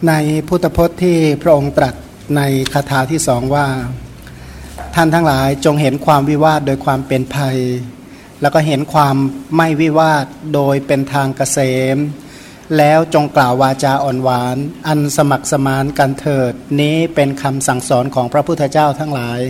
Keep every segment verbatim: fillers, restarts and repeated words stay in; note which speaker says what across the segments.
Speaker 1: ในพุทธพจน์ที่พระองค์ตรัสในคาถาที่สองว่าท่านทั้งหลายจงเห็นความวิวาทโดยความเป็นภัยแล้วก็เห็นความไม่วิวาทโดยเป็นทางเกษมแล้วจงกล่าววาจาอ่อนหวานอันสมัครสมานกันเถิดนี้เป็นคำสั่งสอนของพระพุทธเจ้าทั้งหลาย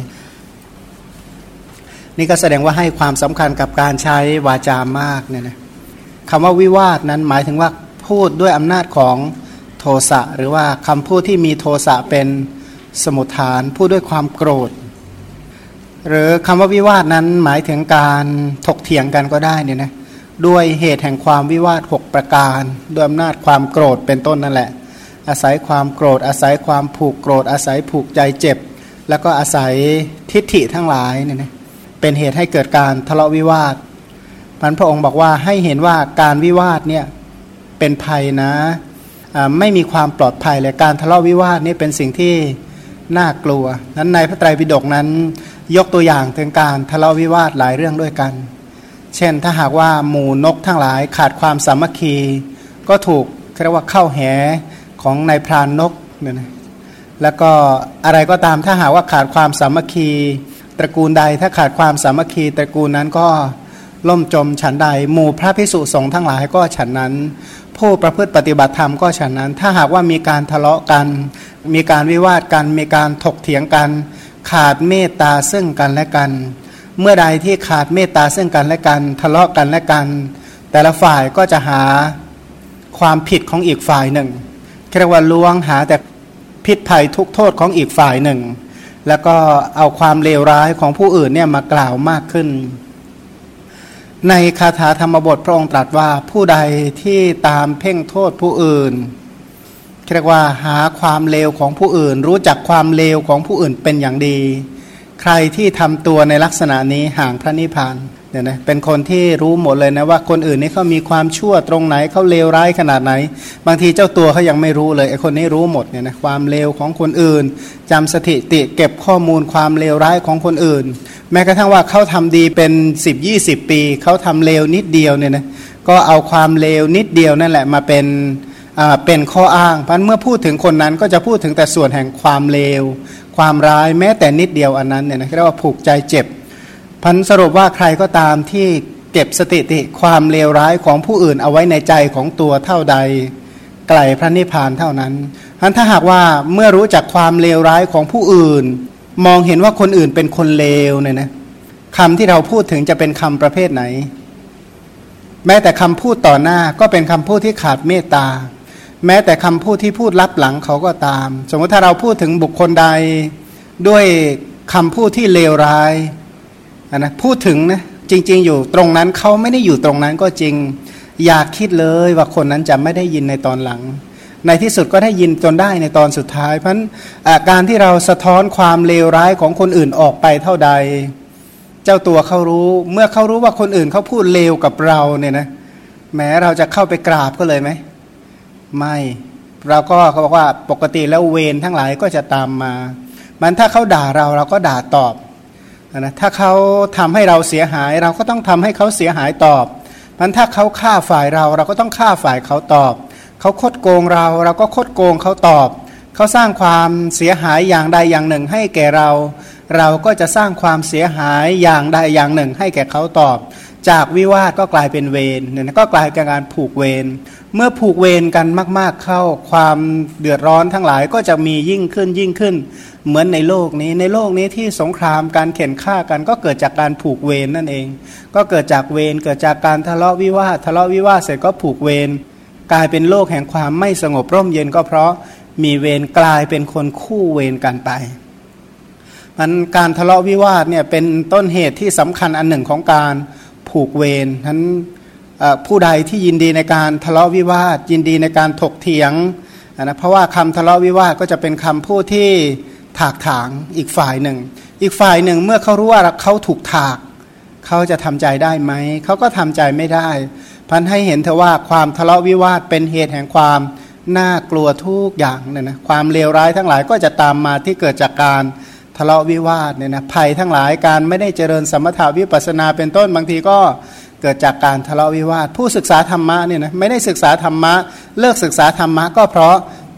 Speaker 1: นี่ก็แสดงว่าให้ความสำคัญกับการใช้วาจามากเนี่ยนะคำว่าวิวาทนั้นหมายถึงว่าพูดด้วยอำนาจของโทสะหรือว่าคำพูดที่มีโทสะเป็นสมุฏฐานพูดด้วยความโกรธหรือคำว่าวิวาทนั้นหมายถึงการถกเถียงกันก็ได้เนี่ยนะด้วยเหตุแห่งความวิวาทหกประการด้วยอำนาจความโกรธเป็นต้นนั่นแหละอาศัยความโกรธอาศัยความผูกโกรธอาศัยผูกใจเจ็บแล้วก็อาศัยทิฏฐิทั้งหลายเนี่ยนะเป็นเหตุให้เกิดการทะเลาะวิวาทพระองค์บอกว่าให้เห็นว่าการวิวาทเนี่ยเป็นภัยนะไม่มีความปลอดภัยเลยการทะเลาะวิวาทนี่เป็นสิ่งที่น่ากลัวนั้นในพระไตรปิฎกนั้นยกตัวอย่างถึงการทะเลาะวิวาทหลายเรื่องด้วยกันเช่นถ้าหากว่าหมู่นกทั้งหลายขาดความสามัคคีก็ถูกเรียกว่าเข้าแหของนายพรานนกเนี่ยนะแล้วก็อะไรก็ตามถ้าหากว่าขาดความสามัคคีตระกูลใดถ้าขาดความสามัคคีตระกูลนั้นก็ล่มจมฉันใดหมู่พระภิกษุสงฆ์ทั้งหลายก็ฉันนั้นผู้ประพฤติปฏิบัติธรรมก็ฉันนั้นถ้าหากว่ามีการทะเลาะกันมีการวิวาทกันมีการถกเถียงกันขาดเมตตาซึ่งกันและกันเมื่อใดที่ขาดเมตตาซึ่งกันและกันทะเลาะกันและกันแต่ละฝ่ายก็จะหาความผิดของอีกฝ่ายหนึ่งเรียกว่าล้วงหาแต่พิษภัยทุกโทษของอีกฝ่ายหนึ่งแล้วก็เอาความเลวร้ายของผู้อื่นเนี่ยมากล่าวมากขึ้นในคาถาธรรมบทพระองค์ตรัสว่าผู้ใดที่ตามเพ่งโทษผู้อื่นเรียกว่าหาความเลวของผู้อื่นรู้จักความเลวของผู้อื่นเป็นอย่างดีใครที่ทำตัวในลักษณะนี้ห่างพระนิพพานเนี่ยนะเป็นคนที่รู้หมดเลยนะว่าคนอื่นนี่เขามีความชั่วตรงไหนเขาเลวร้ายขนาดไหนบางทีเจ้าตัวเขายังไม่รู้เลยไอ้คนนี้รู้หมดเนี่ยนะความเลวของคนอื่นจำสถิติเก็บข้อมูลความเลวร้ายของคนอื่นแม้กระทั่งว่าเขาทำดีเป็นสิบยี่สิบปีเขาทำเลวนิดเดียวเนี่ยนะก็เอาความเลวนิดเดียวนั่นแหละมาเป็นอ่าเป็นข้ออ้างเพราะเมื่อพูดถึงคนนั้นก็จะพูดถึงแต่ส่วนแห่งความเลวความร้ายแม้แต่นิดเดียวอันนั้นเนี่ยนะเรียกว่าผูกใจเจ็บพันสรุปว่าใครก็ตามที่เก็บสถิติความเลวร้ายของผู้อื่นเอาไว้ในใจของตัวเท่าใดไกลพระนิพพานเท่านั้นฉะนั้นถ้าหากว่าเมื่อรู้จักความเลวร้ายของผู้อื่นมองเห็นว่าคนอื่นเป็นคนเลวเนี่ยนะคำที่เราพูดถึงจะเป็นคำประเภทไหนแม้แต่คำพูดต่อหน้าก็เป็นคำพูดที่ขาดเมตตาแม้แต่คำพูดที่พูดลับหลังเขาก็ตามสมมติถ้าเราพูดถึงบุคคลใดด้วยคำพูดที่เลวร้ายนะพูดถึงนะจริงๆอยู่ตรงนั้นเขาไม่ได้อยู่ตรงนั้นก็จริงอยากคิดเลยว่าคนนั้นจะไม่ได้ยินในตอนหลังในที่สุดก็ได้ยินจนได้ในตอนสุดท้ายเพราะฉะนั้นการที่เราสะท้อนความเลวร้ายของคนอื่นออกไปเท่าใดเจ้าตัวเขารู้เมื่อเขารู้ว่าคนอื่นเขาพูดเลวกับเราเนี่ยนะแม้เราจะเข้าไปกราบก็เลยไหมไม่เราก็เขาบอกว่าปกติแล้วเวรทั้งหลายก็จะตามมามันถ้าเขาด่าเราเราก็ด่าตอบนะถ้าเขาทำให้เราเสียหายเราก็ต้องทำให้เขาเสียหายตอบมันถ้าเขาฆ่าฝ่ายเราเราก็ต้องฆ่าฝ่ายเขาตอบเขาคดโกงเราเราก็คดโกงเขาตอบเขาสร้างความเสียหายอย่างใดอย่างหนึ่งให้แก่เราเราก็จะสร้างความเสียหายอย่างใดอย่างหนึ่งให้แก่เขาตอบจากวิวาทก็กลายเป็นเวรเนี่ยก็กลายเป็นการผูกเวรเมื่อผูกเวรกันมากๆเข้าความเดือดร้อนทั้งหลายก็จะมียิ่งขึ้นยิ่งขึ้นเหมือนในโลกนี้ในโลกนี้ที่สงครามการเข็นฆ่ากันก็เกิดจากการผูกเวรนั่นเองก็เกิดจากเวรเกิดจากการทะเลาะวิวาททะเลาะวิวาทเสร็จก็ผูกเวรกลายเป็นโลกแห่งความไม่สงบร่มเย็นก็เพราะมีเวรกลายเป็นคนคู่เวรกันไปมันการทะเลาะวิวาทเนี่ยเป็นต้นเหตุที่สำคัญอันหนึ่งของการผูกเวรทั้นผู้ใดที่ยินดีในการทะเลาะวิวาทยินดีในการถกเถียงนะเพราะว่าคำทะเลาะวิวาทก็จะเป็นคำพูดที่ถากถางอีกฝ่ายหนึ่งอีกฝ่ายหนึ่งเมื่อเขารู้ว่าเขาถูกถากเขาจะทำใจได้ไหมเขาก็ทำใจไม่ได้พันให้เห็นเถอะว่าความทะเลาะวิวาทเป็นเหตุแห่งความน่ากลัวทุกอย่างเนี่ยนะความเลวร้ายทั้งหลายก็จะตามมาที่เกิดจากการทะเลาะวิวาทเนี่ยนะภัยทั้งหลายการไม่ได้เจริญสมถะวิปัสสนาเป็นต้นบางทีก็เกิดจากการทะเลาะวิวาทผู้ศึกษาธรรมะเนี่ยนะไม่ได้ศึกษาธรรมะเลิกศึกษาธรรมะก็เพราะ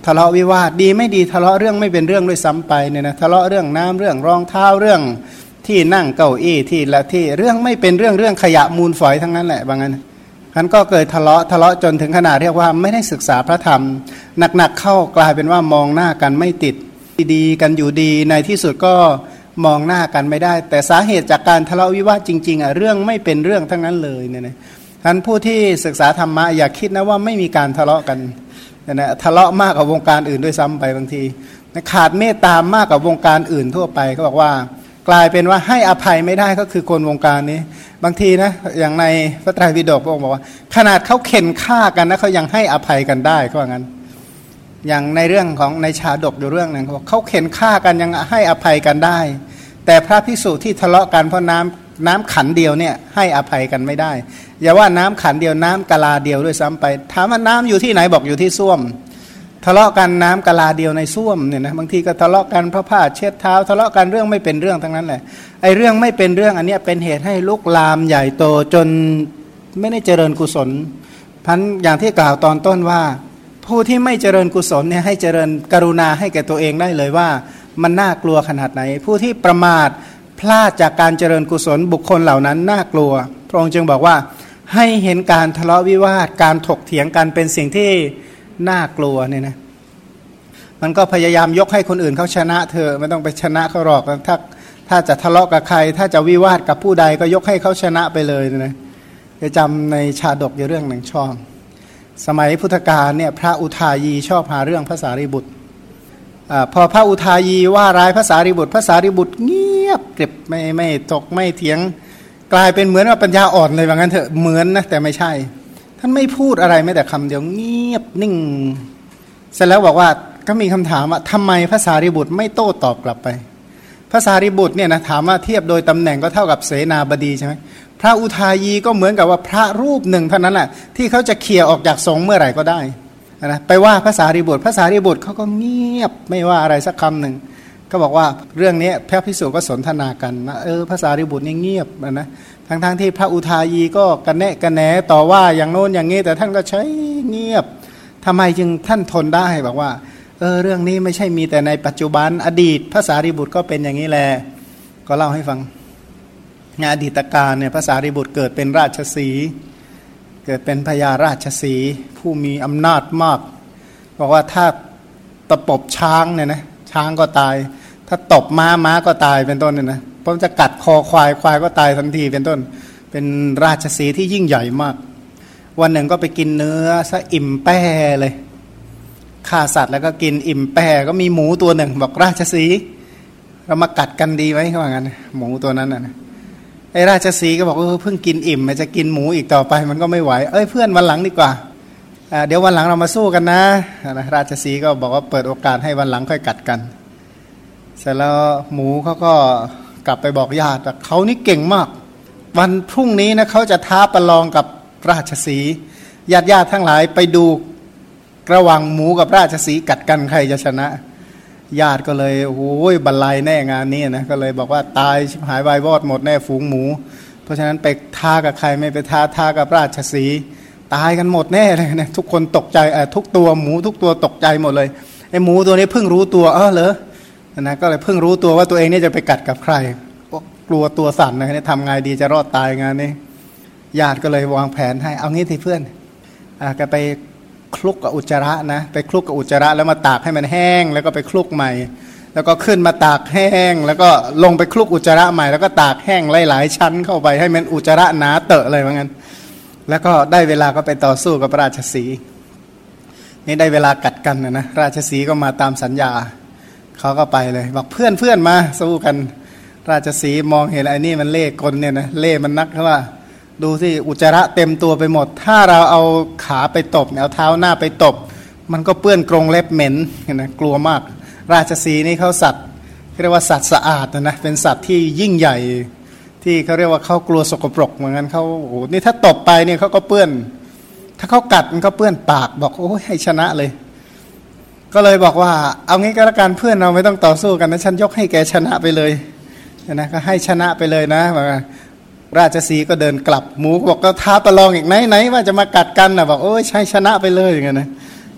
Speaker 1: ทะเลาะวิวาทดีไม่ดีทะเลาะเรื่องไม่เป็นเรื่องด้วยซ้ำไปเนี่ยนะทะเลาะเรื่องน้ำเรื่องรองเท้าเรื่องที่นั่งเก้าอี้ที่ละที่เรื่องไม่เป็นเรื่องเรื่องขยะมูลฝอยทั้งนั้นแหละบางอันท่านก็เกิดทะเลาะทะเลาะจนถึงขนาดเรียกว่าไม่ได้ศึกษาพระธรรมหนักๆเข้ากลายเป็นว่ามองหน้ากันไม่ติดดีกันอยู่ดีในที่สุดก็มองหน้ากันไม่ได้แต่สาเหตุจากการทะเลาะวิวาทจริงๆอ่ะเรื่องไม่เป็นเรื่องทั้งนั้นเลยเนี่ยนะท่านผู้ที่ศึกษาธรรมะอย่าคิดนะว่าไม่มีการทะเลาะกันนะทะเลาะมากกว่าวงการอื่นด้วยซ้ำไปบางทีขาดเมตตามากกว่าวงการอื่นทั่วไปเขาบอกว่ากลายเป็นว่าให้อภัยไม่ได้ก็คือคนวงการนี้บางทีนะอย่างในพระไตรปิฎกพระองค์บอกว่าขนาดเขาเข็นฆ่ากันนะเขายังให้อภัยกันได้เขาว่างั้นอย่างในเรื่องของในชาดกอยู่เรื่องนึงเขาบอกเขาเข็นฆ่ากันยังให้อภัยกันได้แต่พระภิกษุที่ทะเลาะกันเพราะน้ำน้ำขันเดียวเนี่ยให้อภัยกันไม่ได้อย่าว่าน้ำขันเดียวน้ำกะลาเดียวด้วยซ้ำไปถามว่าน้ำอยู่ที่ไหนบอกอยู่ที่ส้วมทะเลาะกันน้ำกะลาเดียวในส้วมเนี่ยนะบางทีก็ทะเลาะกันเพราะผ้าเช็ดเท้าทะเลาะกันเรื่องไม่เป็นเรื่องทั้งนั้นแหละไอ้เรื่องไม่เป็นเรื่องอันนี้เป็นเหตุให้ลุกลามใหญ่โตจนไม่ได้เจริญกุศลพันอย่างที่กล่าวตอนต้นว่าผู้ที่ไม่เจริญกุศลเนี่ยให้เจริญกรุณาให้แก่ตัวเองได้เลยว่ามันน่ากลัวขนาดไหนผู้ที่ประมาทพลาดจากการเจริญกุศลบุคคลเหล่านั้นน่ากลัวพระองค์จึงบอกว่าให้เห็นการทะเลาะวิวาทการถกเถียงกันเป็นสิ่งที่น่ากลัวเนี่ยนะมันก็พยายามยกให้คนอื่นเขาชนะเธอไม่ต้องไปชนะเขาหรอกถ้าถ้าจะทะเลาะกับใครถ้าจะวิวาทกับผู้ใดก็ยกให้เขาชนะไปเลยนะจะจำในชาดกอยู่เรื่องหนึ่งชอบสมัยพุทธกาลเนี่ยพระอุทายีชอบหาเรื่องพระสารีบุตรอ่าพอพระอุทายีว่าร้ายพระสารีบุตรพระสารีบุตรเงียบเก็บไม่ไม่ตกไม่เถียงกลายเป็นเหมือนว่าปัญญาอ่อนเลยว่างั้นเถอะเหมือนนะแต่ไม่ใช่ท่านไม่พูดอะไรแม้แต่คำเดียวเงียบนิ่งเสร็จแล้วบอกว่าก็มีคำถามว่าทำไมพระสารีบุตรไม่โต้ตอบกลับไปพระสารีบุตรเนี่ยนะถามว่าเทียบโดยตำแหน่งก็เท่ากับเสนาบดีใช่ไหมพระอุทายีก็เหมือนกับว่าพระรูปหนึ่งเท่านั้นแหละที่เขาจะเคลียร์ออกจากสงฆ์เมื่อไหร่ก็ได้นะไปว่าพระสารีบุตรพระสารีบุตรเขาก็เงียบไม่ว่าอะไรสักคำหนึ่งก็บอกว่าเรื่องนี้พระภิกษุก็สนทนากันนะเออพระสารีบุตรนี่เงียบนะทั้งๆ ท, ที่พระอุทายีก็กันแนะกันแหนต่อว่าอย่างโน้นอย่างนี้แต่ท่านก็ใช้เงียบทำไมจึงท่านทนได้บอกว่าเออเรื่องนี้ไม่ใช่มีแต่ในปัจจุบันอดีตพระสารีบุตรก็เป็นอย่างนี้แหละก็เล่าให้ฟังในอดีตการเนี่ยพระสารีบุตรเกิดเป็นราชสีห์เกิดเป็นพญาราชสีห์ผู้มีอำนาจมากบอกว่าถ้าตะปบช้างเนี่ยนะช้างก็ตายถ้าตบม้าม้าก็ตายเป็นต้นเนี่ยนะเพราะจะกัดคอควายควายก็ตายทันทีเป็นต้นเป็นราชสีห์ที่ยิ่งใหญ่มากวันหนึ่งก็ไปกินเนื้อซะอิ่มแป้เลยฆ่าสัตว์แล้วก็กินอิ่มแป้ก็มีหมูตัวหนึ่งบอกราชสีห์เรามากัดกันดีไหมเขาว่างั้นหมูตัวนั้นนะไอ้ราชสีห์ก็บอกเออเพิ่งกินอิ่มมันจะกินหมูอีกต่อไปมันก็ไม่ไหวเอ้ยเพื่อนวันหลังดีกว่าเดี๋ยววันหลังเรามาสู้กันนะราชสีห์ก็บอกว่าเปิดโอกาสให้วันหลังค่อยกัดกันเสร็จแล้วหมูเขาก็กลับไปบอกญาติว่าเขานี่เก่งมากวันพรุ่งนี้นะเขาจะท้าประลองกับราชสีห์ญาติญาติทั้งหลายไปดูระหว่างหมูกับราชสีห์กัดกันใครจะชนะญาติก็เลยโอ้ยบรรลัยแน่งานนี้นะก็เลยบอกว่าตายชิบหายวายวอดหมดแน่ฝูงหมูเพราะฉะนั้นไปท้ากับใครไม่ไปท้าท้ากับราชสีห์ตายกันหมดแน่เลยนะทุกคนตกใจเออทุกตัวหมูทุกตัวตกใจหมดเลยไอ้หมูตัวนี้เพิ่งรู้ตัวเออเหรอนะก็เลยเพิ่งรู้ตัวว่าตัวเองนี่จะไปกัดกับใครกลัวตัวสั่นนะเนี่ยทำไงดีจะรอดตายงานนี้ญาติก็เลยวางแผนให้เอางี้ทีเพื่อนอ่ะก็ไปคลุกกับอุจจาระนะไปคลุกกับอุจจาระแล้วมาตากให้มันแห้งแล้วก็ไปคลุกใหม่แล้วก็ขึ้นมาตากแห้งแล้วก็ลงไปคลุกอุจจาระใหม่แล้วก็ตากแห้งหลายๆชั้นเข้าไปให้มันอุจจาระหนาเตอะเลยว่างั้นแล้วก็ได้เวลาก็ไปต่อสู้กับราชสีห์นี่ได้เวลากัดกันนะนะราชสีห์ก็มาตามสัญญาเขาก็ไปเลยบอกเพื่อนเพื่อนมาสู้กันราชสีห์มองเห็นไอ้นี่มันเล่กลเนี่ยนะเล่มันนักเพราะว่าดูสิอุจจาระเต็มตัวไปหมดถ้าเราเอาขาไปตบเอาเท้าหน้าไปตบมันก็เปื้อนกรงเล็บเหม็นนะกลัวมากราชสีห์นี่เขาสัตว์เรียกว่าสัตว์สะอาดนะเป็นสัตว์ที่ยิ่งใหญ่ที่เขาเรียกว่าเขากลัวสกปรกเหมือนกันเขาโอ้นี่ถ้าตบไปเนี่ยเขาก็เปื้อนถ้าเขากัดมันก็เปื้อนปากบอกโอ้ยให้ชนะเลยก็เลยบอกว่าเอางี้ก็แล้วกันเพื่อนเราไม่ต้องต่อสู้กันนะฉันยกให้แกชนะไปเลยนะก็ให้ชนะไปเลยนะราชสีห์ก็เดินกลับหมูบอกก็ท้าประลองอีกไหนไหนว่าจะมากัดกันนะบอกโอ้ยใช่ชนะไปเลยอย่างเงี้ยนะ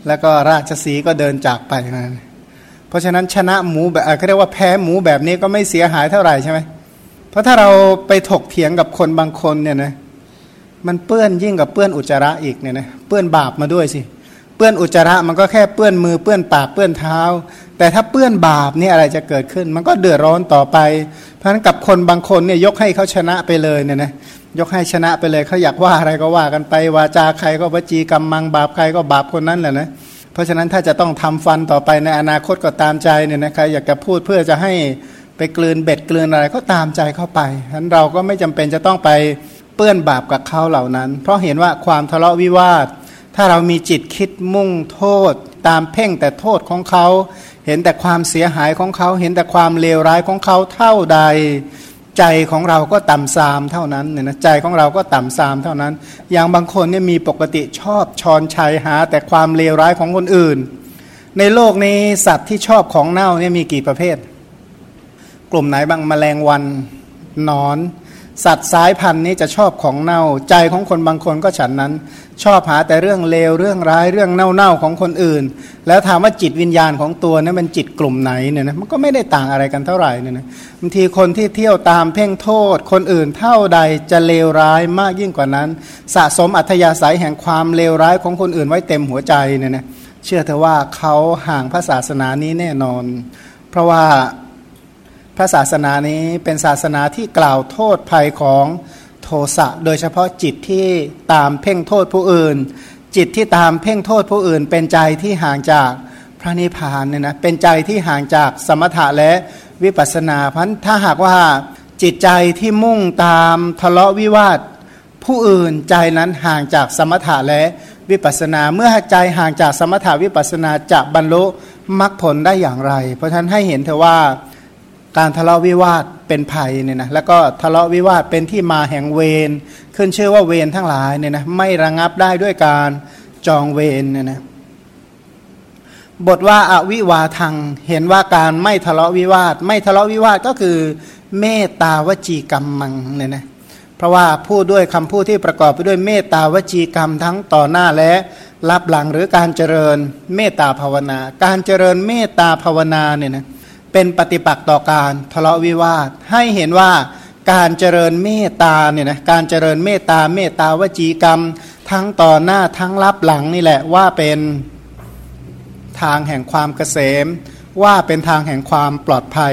Speaker 1: แล้วก็ราชสีห์ก็เดินจากไปนะเพราะฉะนั้นชนะหมูแบบเขาเรียกว่าแพ้หมูแบบนี้ก็ไม่เสียหายเท่าไหร่ใช่ไหมเพราะถ้าเราไปถกเถียงกับคนบางคนเนี่ยนะมันเปื้อนยิ่งกับเปื้อนอุจจาระอีกเนี่ยนะเปื้อนบาปมาด้วยสิเปื้อนอุจจาระมันก็แค่เปื้อนมือเปื้อนปากเปื้อนเท้าแต่ถ้าเปื้อนบาปนี่อะไรจะเกิดขึ้นมันก็เดือดร้อนต่อไปเพราะฉะนั้นกับคนบางคนเนี่ยยกให้เขาชนะไปเลยเนี่ยนะยกให้ชนะไปเลยเขาอยากว่าอะไรก็ว่ากันไปวาจาใครก็วจีกรรมมังบาปใครก็บาปคนนั้นแหละนะเพราะฉะนั้นถ้าจะต้องทำฟันต่อไปในอนาคตก็ตามใจเนี่ยนะใครอยากจะพูดเพื่อจะให้ไปกลืนเบ็ดกลืนอะไรก็ตามใจเข้าไปฉะนั้นเราก็ไม่จำเป็นจะต้องไปเปื้อนบาปกับเขาเหล่านั้นเพราะเห็นว่าความทะเลาะวิวาทถ้าเรามีจิตคิดมุ่งโทษตามเพ่งแต่โทษของเขาเห็นแต่ความเสียหายของเขาเห็นแต่ความเลวร้ายของเขาเท่าใดใจของเราก็ต่ำทรามเท่านั้นเนี่ยนะใจของเราก็ต่ำทรามเท่านั้นอย่างบางคนเนี่ยมีปกติชอบชอนชัยหาแต่ความเลวร้ายของคนอื่นในโลกนี้สัตว์ที่ชอบของเน่าเนี่ยมีกี่ประเภทกลุ่มไหนบ้างแมลงวันหนอนสัตว์สายพันธุ์นี้จะชอบของเน่าใจของคนบางคนก็ฉันนั้นชอบหาแต่เรื่องเลวเรื่องร้ายเรื่องเน่าๆของคนอื่นแล้วถามว่าจิตวิญญาณของตัวนั้นเป็นจิตกลุ่มไหนเนี่ยนะมันก็ไม่ได้ต่างอะไรกันเท่าไหร่เนี่ยนะบางทีคนที่เที่ยวตามเพ่งโทษคนอื่นเท่าใดจะเลวร้ายมากยิ่งกว่านั้นสะสมอัธยาศัยแห่งความเลวร้ายของคนอื่นไว้เต็มหัวใจเนี่ยนะเชื่อเถอะว่าเขาห่างพระศาสนานี้แน่นอนเพราะว่าพระศาสนานี้เป็นศาสนาที่กล่าวโทษภัยของโทสะโดยเฉพาะจิตที่ตามเพ่งโทษผู้อื่นจิตที่ตามเพ่งโทษผู้อื่นเป็นใจที่ห่างจากพระนิพพานเนี่ยนะเป็นใจที่ห่างจากสมถะและวิปัสสนาเพราะถ้าหากว่าจิตใจที่มุ่งตามทะเลาะวิวาทผู้อื่นใจนั้นห่างจากสมถะและวิปัสสนาเมื่อใจห่างจากสมถะวิปัสสนาจะบรรลุมรรคผลได้อย่างไรเพราะฉะนั้นให้เห็นเถอะว่าการทะเลาะวิวาทเป็นภัยเนี่ยนะแล้วก็ทะเลาะวิวาทเป็นที่มาแห่งเวรขึ้นชื่อว่าเวรทั้งหลายเนี่ยนะไม่ระงับได้ด้วยการจองเวรเนี่ยนะบทว่าอวิวาทังเห็นว่าการไม่ทะเลาะวิวาทไม่ทะเลาะวิวาทก็คือเมตตาวจีกรรมมังเนี่ยนะเพราะว่าพูดด้วยคำพูดที่ประกอบไปด้วยเมตตาวจีกรรมทั้งต่อหน้าและรับหลังหรือการเจริญเมตตาภาวนาการเจริญเมตตาภาวนาเนี่ยนะเป็นปฏิปักษ์ต่อการทะเลาะวิวาทให้เห็นว่าการเจริญเมตตาเนี่ยนะการเจริญเมตตาเมตตาวจีกรรมทั้งต่อหน้าทั้งรับหลังนี่แหละว่าเป็นทางแห่งความเกษมว่าเป็นทางแห่งความปลอดภัย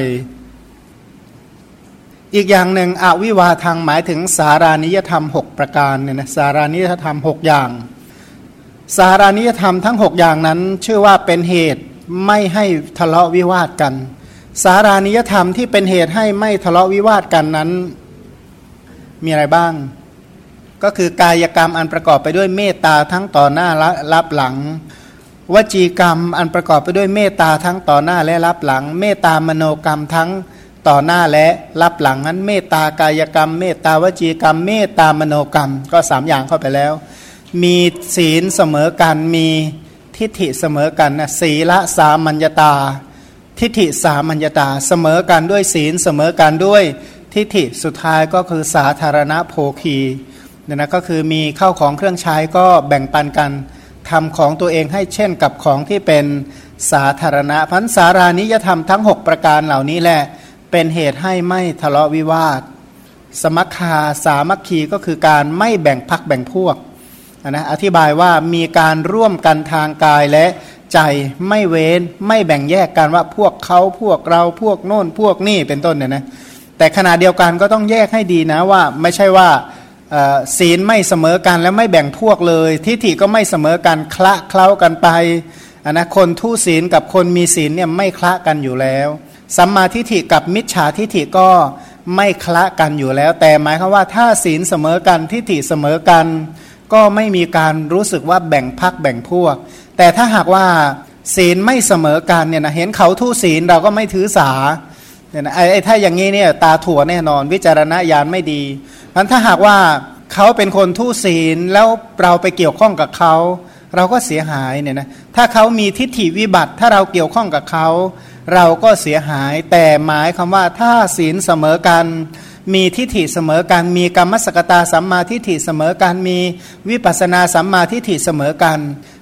Speaker 1: อีกอย่างหนึ่งอวิวาทางหมายถึงสารานิยธรรมหกประการเนี่ยนะสารานิยธรรมหกอย่างสารานิยธรรมทั้งหกอย่างนั้นชื่อว่าเป็นเหตุไม่ให้ทะเลาะวิวาทกันสารานิยธรรมที่เป็นเหตุให้ไม่ทะเลาะวิวาทกันนั้นมีอะไรบ้างก็คือกายกรรมอันประกอบไปด้วยเมตตาทั้งต่อหน้าและรับหลังวจีกรรมอันประกอบไปด้วยเมตตาทั้งต่อหน้าและรับหลังเมตตามโนกรรมทั้งต่อหน้าและรับหลังนั้นเมตตากายกรรมเมตตาวจีกรรมเมตตามโนกรรมก็สามอย่างเข้าไปแล้วมีศีลเสมอกันมีทิฏฐิเสมอกันนะศีละสามัญญตาทิฏฐิสามัญญตาเสมอกันด้วยศีลเสมอกันด้วยทิฏฐิสุดท้ายก็คือสาธารณโภคีเนี่ยนะก็คือมีข้าวของเครื่องใช้ก็แบ่งปันกันทำของตัวเองให้เช่นกับของที่เป็นสาธารณะพันสารานิยธรรมทั้งหกประการเหล่านี้แหละเป็นเหตุให้ไม่ทะเลาะวิวาทสมัคคาสามัคคีก็คือการไม่แบ่งพรรคแบ่งพวกนะอธิบายว่ามีการร่วมกันทางกายและใจไม่เว้นไม่แบ่งแยกกันว่าพวกเขาพวกเราพวกโน่นพวกนี่เป็นต้นเนี่ยนะแต่ขณะเดียวกันก็ต้องแยกให้ดีนะว่าไม่ใช่ว่าศีลไม่เสมอกันและไม่แบ่งพวกเลยทิฏฐิก็ไม่เสมอกันคละเคล้ากันไปนะคนทุศีลกับคนมีศีลเนี่ยไม่คละกันอยู่แล้วสัมมาทิฏฐิกับมิจฉาทิฏฐิก็ไม่คละกันอยู่แล้วแต่หมายความว่าถ้าศีลเสมอกันทิฏฐิเสมอกันก็ไม่มีการรู้สึกว่าแบ่งพรรคแบ่งพวกแต่ถ้าหากว่าศีลไม่เสมอกันเนี่ยนะเห็นเขาทุศีลเราก็ไม่ถือสาเนี่ยนะไอ้ถ้าอย่างนี้เนี่ยตาถั่วแน่นอนวิจารณญาณไม่ดีเพราะถ้าหากว่าเขาเป็นคนทุศีลแล้วเราไปเกี่ยวข้องกับเขาเราก็เสียหายเนี่ยนะถ้าเขามีทิฏฐิวิบัติถ้าเราเกี่ยวข้องกับเขาเราก็เสียหายแต่หมายคำว่าถ้าศีลเสมอกันมีทิฏฐิเสมอกันมีกรรมสกตาสัมมาทิฏฐิเสมอกันมีวิปัสสนาสัมมาทิฏฐิเสมอกัน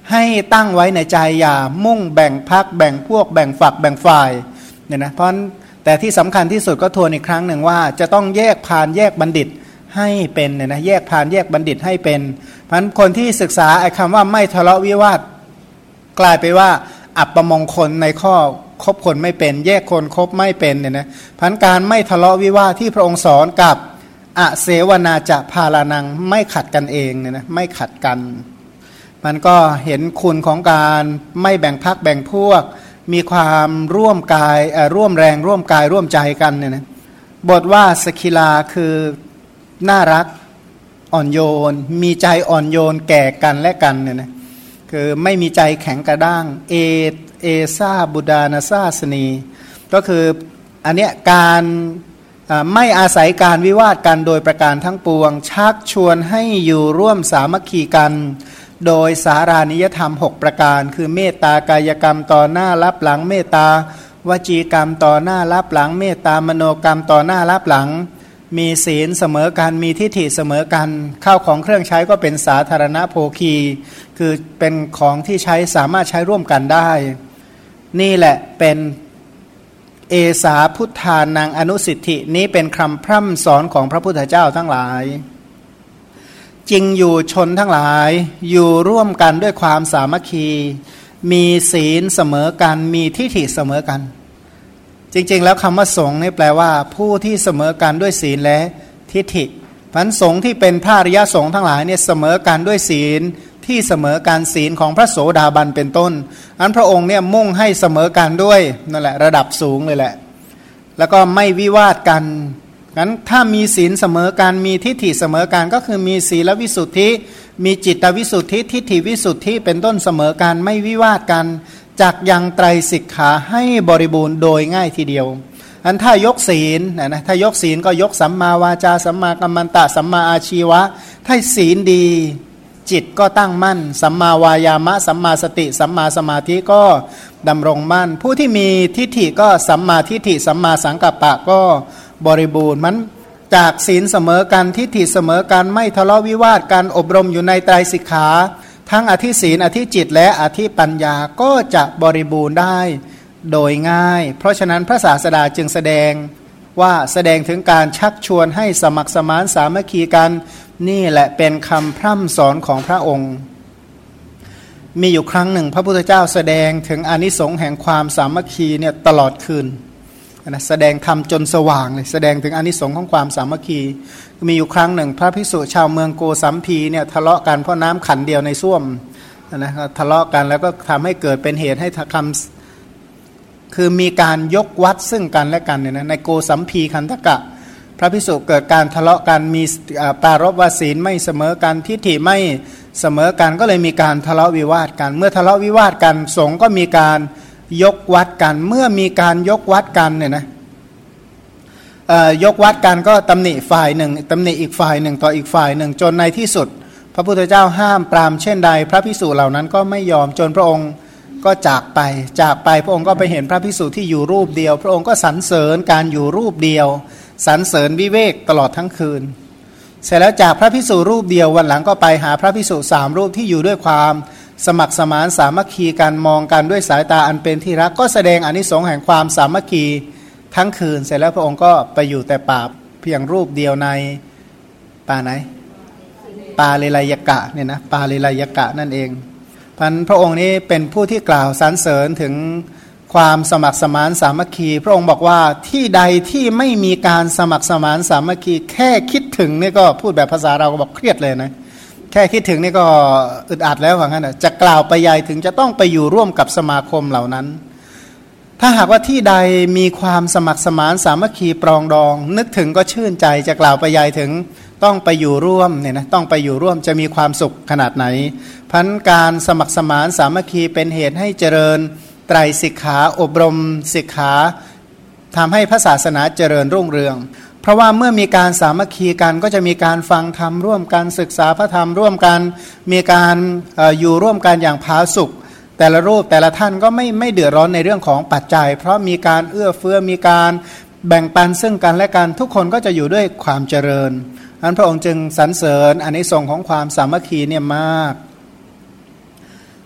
Speaker 1: ให้ตั้งไว้ในใจอย่ามุ่งแบ่งพรรคแบ่งพวกแบ่งฝักแบ่งฝ่ายเนี่ยนะเพราะแต่ที่สำคัญที่สุดก็ทวนอีกครั้งหนึ่งว่าจะต้องแยกพานแยกบัณฑิตให้เป็นเนี่ยนะแยกพานแยกบัณฑิตให้เป็นเพราะฉะนั้นคนที่ศึกษาไอ้คำว่าไม่ทะเลาะวิวาทกลายไปว่าอัปมงคลในข้อคบคนไม่เป็นแยกคนคบไม่เป็นเนี่ยนะพันการไม่ทะเลาะวิวาทที่พระองค์สอนกับอเสวนาจะพาลานังไม่ขัดกันเองเนี่ยนะไม่ขัดกันมันก็เห็นคุณของการไม่แบ่งพรรคแบ่งพวกมีความร่วมกายร่วมแรงร่วมกายร่วมใจกันเนี่ยนะบทว่าสกิลาคือน่ารักอ่อนโยนมีใจอ่อนโยนแก่กันและกันเนี่ยนะคือไม่มีใจแข็งกระด้างเอเอซาบุดานาซาสนีก็คืออันเนี้ยการไม่อาศัยการวิวาทกันโดยประการทั้งปวงชักชวนให้อยู่ร่วมสามัคคีกันโดยสารานิยธรรมหกประการคือเมตตากายกรรมต่อหน้ารับหลังเมตตาวจีกรรมต่อหน้ารับหลังเมตตามโนกรรมต่อหน้ารับหลังมีศีลเสมอกันมีทิฏฐิเสมอกันข้าวของเครื่องใช้ก็เป็นสาธารณโภคีคือเป็นของที่ใช้สามารถใช้ร่วมกันได้นี่แหละเป็นเอสาพุทธานังอนุสิทธินี้เป็นคำพร่ำสอนของพระพุทธเจ้าทั้งหลายจริงอยู่ชนทั้งหลายอยู่ร่วมกันด้วยความสามัคคีมีศีลเสมอกันมีทิฏฐิเสมอกันจริงๆแล้วคำว่าสงฆ์นี่แปลว่าผู้ที่เสมอกันด้วยศีลและทิฏฐิพันสงฆ์ที่เป็นพระอริยสงฆ์ทั้งหลายเนี่ยเสมอกันด้วยศีลที่เสมอการศีลของพระโสดาบันเป็นต้นอันพระองค์เนี่ยมุ่งให้เสมอกันด้วยนั่นแหละระดับสูงเลยแหละแล้วก็ไม่วิวาทกันงั้นถ้ามีศีลเสมอกันมีทิฏฐิเสมอกันก็คือมีศีลวิสุทธิมีจิตวิสุทธิทิฏฐิวิสุทธิเป็นต้นเสมอกันไม่วิวาทกันจักยังไตรสิกขาให้บริบูรณ์โดยง่ายทีเดียวอันถ้ายกศีลนะนะถ้ายกศีลก็ยกสัมมาวาจาสัมมากัมมันตะสัมมาอาชีวะถ้าศีลดีจิตก็ตั้งมั่นสัมมาวายามะสัมมาสติสัมมาสมาธิก็ดำรงมั่นผู้ที่มีทิฏฐิก็สัมมาทิฏฐิสัมมาสังกัปปะก็บริบูรณ์มันจากศีลเสมอกันทิฏฐิเสมอกันไม่ทะเลาะวิวาทกันอบรมอยู่ในไตรสิกขาทั้งอธิศีลอธิจิตและอธิปัญญาก็จะบริบูรณ์ได้โดยง่ายเพราะฉะนั้นพระศาสดาจึงแสดงว่าแสดงถึงการชักชวนให้สมัครสมานสามัคคีกันนี่แหละเป็นคำพร่ำสอนของพระองค์มีอยู่ครั้งหนึ่งพระพุทธเจ้าแสดงถึงอานิสงส์แห่งความสามัคคีเนี่ยตลอดคืนนะแสดงธรรมจนสว่างเลยแสดงถึงอานิสงส์ของความสามัคคีมีอยู่ครั้งหนึ่งพระภิกษุชาวเมืองโกสัมพีเนี่ยทะเลาะกันเพราะน้ำขันเดียวในส้วมนะทะเลาะกันแล้วก็ทำให้เกิดเป็นเหตุให้คำคือมีการยกวัดซึ่งกันและกันเนี่ยนะในโกสัมพีคันธกะพระภิกษุเกิดการทะเลาะกันมีปรารภวศีลไม่เสมอกันทิฏฐิไม่เสมอกันก็เลยมีการทะเลาะวิวาทกันเมื่อทะเลาะวิวาทกันสงฆ์ก็มีการยกวัดกันเมื่อมีการยกวัดกันเนี่ยนะยกวัดกันก็ตำหนิฝ่ายหนึ่งตำหนิอีกฝ่ายหนึ่งต่ออีกฝ่ายหนึ่งจนในที่สุดพระพุทธเจ้าห้ามปรามเช่นใดพระภิกษุเหล่านั้นก็ไม่ยอมจนพระองค์ก็จากไปจากไปพระองค์ก็ไปเห็นพระภิกษุที่อยู่รูปเดียวพระองค์ก็สรรเสริญการอยู่รูปเดียวสรรเสริญวิเวกตลอดทั้งคืนเสร็จแล้วจากพระภิกษุรูปเดียววันหลังก็ไปหาพระภิกษุสามรูปที่อยู่ด้วยความสมัครสมานสามัคคีกันมองกันด้วยสายตาอันเป็นที่รักก็แสดงอานิสงส์แห่งความสามัคคีทั้งคืนเสร็จแล้วพระองค์ก็ไปอยู่แต่ป่าเพียงรูปเดียวในป่าไหนป่าเลไลยกะเนี่ยนะป่าเลไลยกะนั่นเองพันพระองค์นี้เป็นผู้ที่กล่าวสรรเสริญถึงความสมัครสมานสามัคคีพระองค์บอกว่าที่ใดที่ไม่มีการสมัครสมานสามัคคีแค่คิดถึงนี่ก็พูดแบบภาษาเราก็บอกเครียดเลยนะแค่คิดถึงนี่ก็อึดอัดแล้วว่างั้นจะกล่าวไปใหญ่ถึงจะต้องไปอยู่ร่วมกับสมาคมเหล่านั้นถ้าหากว่าที่ใดมีความสมัครสมานสามัคคีปรองดองนึกถึงก็ชื่นใจจะกล่าวไปใหญ่ถึงต้องไปอยู่ร่วมเนี่ยนะต้องไปอยู่ร่วมจะมีความสุขขนาดไหนพันการสมัครสมานสามัคคีเป็นเหตุให้เจริญไตรสิกขาอบรมสิกขาทำให้พระศาสนาเจริญรุ่งเรืองเพราะว่าเมื่อมีการสามัคคีกันก็จะมีการฟังธรรมร่วมกันศึกษาพระธรรมร่วมกันมีการเอ่ออยู่ร่วมกันอย่างผาสุกแต่ละรูปแต่ละท่านก็ไม่ไม่เดือดร้อนในเรื่องของปัจจัยเพราะมีการเอื้อเฟื้อมีการแบ่งปันซึ่งกันและกันทุกคนก็จะอยู่ด้วยความเจริญอันพระองค์จึงสรรเสริญอานิสงส์ของความสามัคคีเนี่ยมาก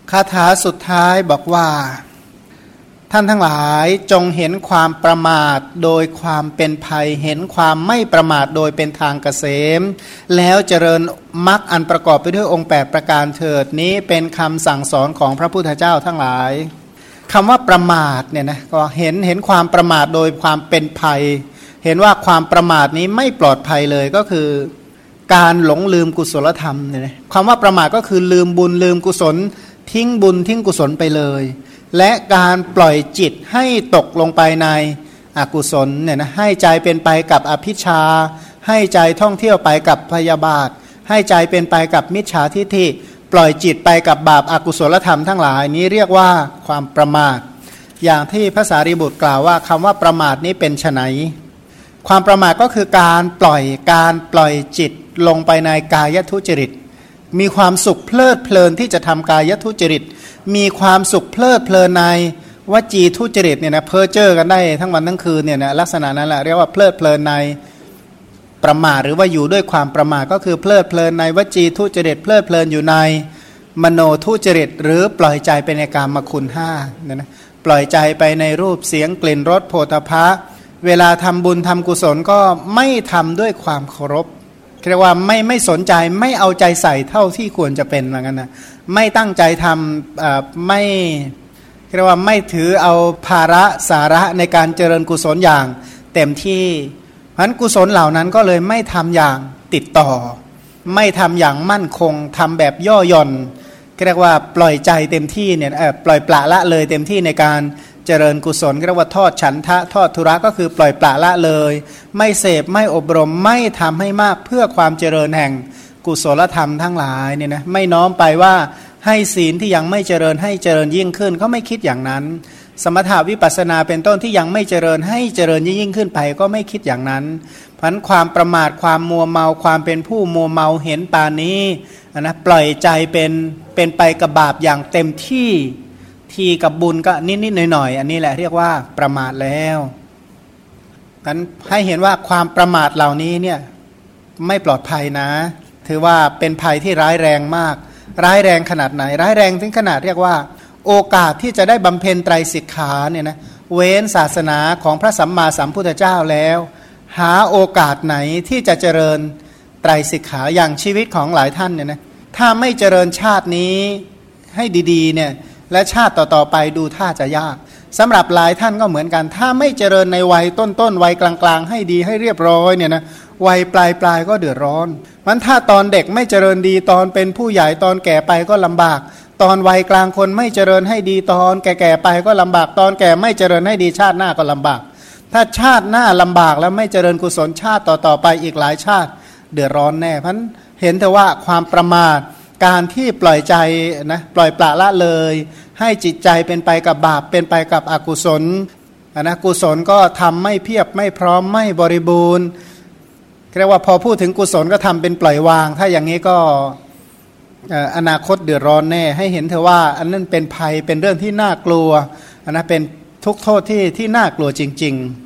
Speaker 1: คาถาสุดท้ายบอกว่าท่านทั้งหลายจงเห็นความประมาทโดยความเป็นภัยเห็นความไม่ประมาทโดยเป็นทางเกษมแล้วเจริญมรรคอันประกอบไปด้วยองค์แปดประการเถิดนี้เป็นคำสั่งสอนของพระพุทธเจ้าทั้งหลายคำว่าประมาทเนี่ยนะก็เห็นเห็นความประมาทโดยความเป็นภัยเห็นว่าความประมาทนี้ไม่ปลอดภัยเลยก็คือการหลงลืมกุศลธรรมเนี่ยนะคำว่าประมาทก็คือลืมบุญลืมกุศลทิ้งบุญทิ้งกุศลไปเลยและการปล่อยจิตให้ตกลงไปในอกุศลเนี่ยนะให้ใจเป็นไปกับอภิชาให้ใจท่องเที่ยวไปกับพยาบาทให้ใจเป็นไปกับมิจฉาทิฏฐิปล่อยจิตไปกับบาปอกุศลธรรมทั้งหลายนี้เรียกว่าความประมาทอย่างที่พระสารีบุตรกล่าวว่าคำว่าประมาทนี้เป็นไฉนความประมาทก็คือการปล่อยการปล่อยจิตลงไปในกายทุจริตมีความสุขเพลิดเพลินที่จะทำกายทุจริตมีความสุขเพลิดเพลินในวจีทุจริตเนี่ยนะเพ้อเจ้อกันได้ทั้งวันทั้งคืนเนี่ยนะลักษณะนั้นแหละเรียกว่าเพลิดเพลินในประมาทหรือว่าอยู่ด้วยความประมาทก็คือเพลิดเพลินในวจีทุจริตเพลิดเพลินอยู่ในมโนทุจริตหรือปล่อยใจไปในกามคุณห้าเนี่ยนะปล่อยใจไปในรูปเสียงกลิ่นรสโผฏฐัพพะเวลาทำบุญทำกุศลก็ไม่ทำด้วยความเคารพเรียกว่าไม่ไม่สนใจไม่เอาใจใส่เท่าที่ควรจะเป็นเหมือนกันนะไม่ตั้งใจทำไม่เรียกว่าไม่ถือเอาภาระสาระในการเจริญกุศลอย่างเต็มที่เพราะฉะนั้นกุศลเหล่านั้นก็เลยไม่ทำอย่างติดต่อไม่ทำอย่างมั่นคงทำแบบย่อหย่อนเรียกว่าปล่อยใจเต็มที่เนี่ยปล่อยปละละเลยเต็มที่ในการเจริญกุศลเรียกว่าทอดฉันทะทอดทุระก็คือปล่อยปละละเลยไม่เสพไม่อบรมไม่ทำให้มากเพื่อความเจริญแห่งกุศลธรรมทั้งหลายเนี่ยนะไม่น้อมไปว่าให้ศีลที่ยังไม่เจริญให้เจริญยิ่งขึ้นเขาไม่คิดอย่างนั้นสมถาวิปัสสนาเป็นต้นที่ยังไม่เจริญให้เจริญยิ่งขึ้นไปก็ไม่คิดอย่างนั้นเพราะฉะนั้นความประมาทความมัวเมาความเป็นผู้มัวเมาเห็นปานนี้นะปล่อยใจเป็นเป็นไปกับบาปอย่างเต็มที่ทีกับบุญก็นิดๆหน่อยๆอันนี้แหละเรียกว่าประมาทแล้วงั้นให้เห็นว่าความประมาทเหล่านี้เนี่ยไม่ปลอดภัยนะถือว่าเป็นภัยที่ร้ายแรงมากร้ายแรงขนาดไหนร้ายแรงถึงขนาดเรียกว่าโอกาสที่จะได้บำเพ็ญไตรสิกขาเนี่ยนะเว้นศาสนาของพระสัมมาสัมพุทธเจ้าแล้วหาโอกาสไหนที่จะเจริญไตรสิกขาอย่างชีวิตของหลายท่านเนี่ยนะถ้าไม่เจริญชาตินี้ให้ดีๆเนี่ยและชาติต่อๆไปดูท่าจะยากสำหรับหลายท่านก็เหมือนกันถ้าไม่เจริญในวัยต้นๆวัยกลางๆให้ดีให้เรียบร้อยเนี่ยนะวัยปลายๆก็เดือดร้อนมันถ้าตอนเด็กไม่เจริญดีตอนเป็นผู้ใหญ่ตอนแก่ไปก็ลำบากตอนวัยกลางคนไม่เจริญให้ดีตอนแก่ๆไปก็ลำบากตอนแก่ไม่เจริญให้ดีชาติหน้าก็ลำบากถ้าชาติหน้าลำบากแล้วไม่เจริญกุศลชาติต่อๆไปอีกหลายชาติเดือดร้อนแน่เพราะเห็นแต่ว่าความประมาทการที่ปล่อยใจนะปล่อยปละละเลยให้จิตใจเป็นไปกับบาปเป็นไปกับอกุศลนะกุศลก็ทำไม่เพียบไม่พร้อมไม่บริบูรณ์เรียกว่าพอพูดถึงกุศลก็ทำเป็นปล่อยวางถ้าอย่างนี้ก็อนาคตเดือดร้อนแน่ให้เห็นเถอะว่าอันนั้นเป็นภัยเป็นเรื่องที่น่ากลัวนะเป็นทุกโทษที่ที่น่ากลัวจริงๆ